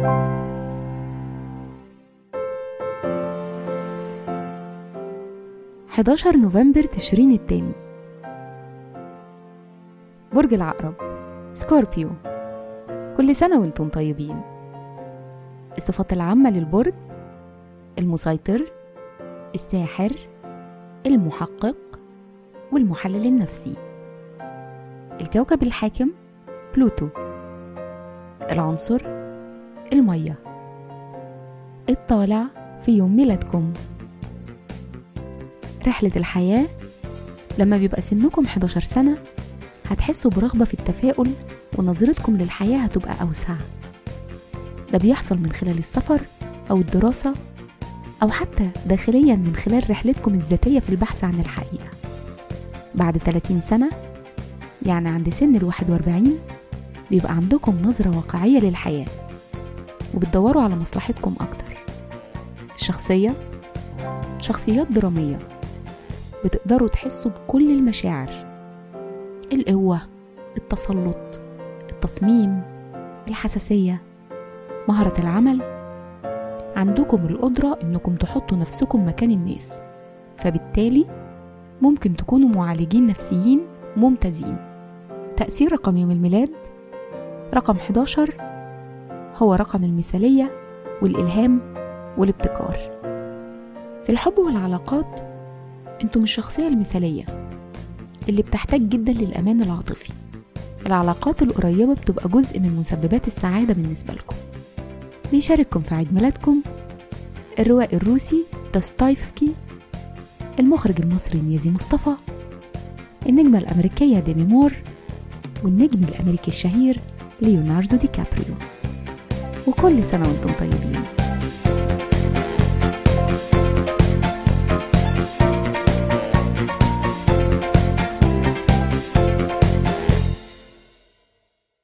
11 نوفمبر تشرين الثاني. برج العقرب، سكوربيو. كل سنة وانتم طيبين. الصفات العامة للبرج: المسيطر، الساحر، المحقق، والمحلل النفسي. الكوكب الحاكم بلوتو. العنصر المية. الطالع في يوم ميلادكم. رحلة الحياة: لما بيبقى سنكم 11 سنة هتحسوا برغبة في التفاؤل ونظرتكم للحياة هتبقى أوسع. ده بيحصل من خلال السفر أو الدراسة أو حتى داخليا من خلال رحلتكم الذاتية في البحث عن الحقيقة. بعد 30 سنة، يعني عند سن 41، بيبقى عندكم نظرة واقعية للحياة وبتدوروا على مصلحتكم أكتر. الشخصية: شخصيات درامية، بتقدروا تحسوا بكل المشاعر: القوة، التسلط، التصميم، الحساسية، مهارة العمل. عندكم القدرة إنكم تحطوا نفسكم مكان الناس، فبالتالي ممكن تكونوا معالجين نفسيين ممتازين. تأثير رقم يوم الميلاد: رقم 11 هو رقم المثالية والإلهام والابتكار. في الحب والعلاقات انتم الشخصية المثالية اللي بتحتاج جدا للأمان العاطفي. العلاقات القريبة بتبقى جزء من مسببات السعادة بالنسبة لكم. بيشارككم في عيد ميلادكم الروائي الروسي دوستويفسكي، المخرج المصري نيازي مصطفى، النجمة الأمريكية ديمي مور، والنجم الأمريكي الشهير ليوناردو دي كابريو. وكل سنة وانتم طيبين.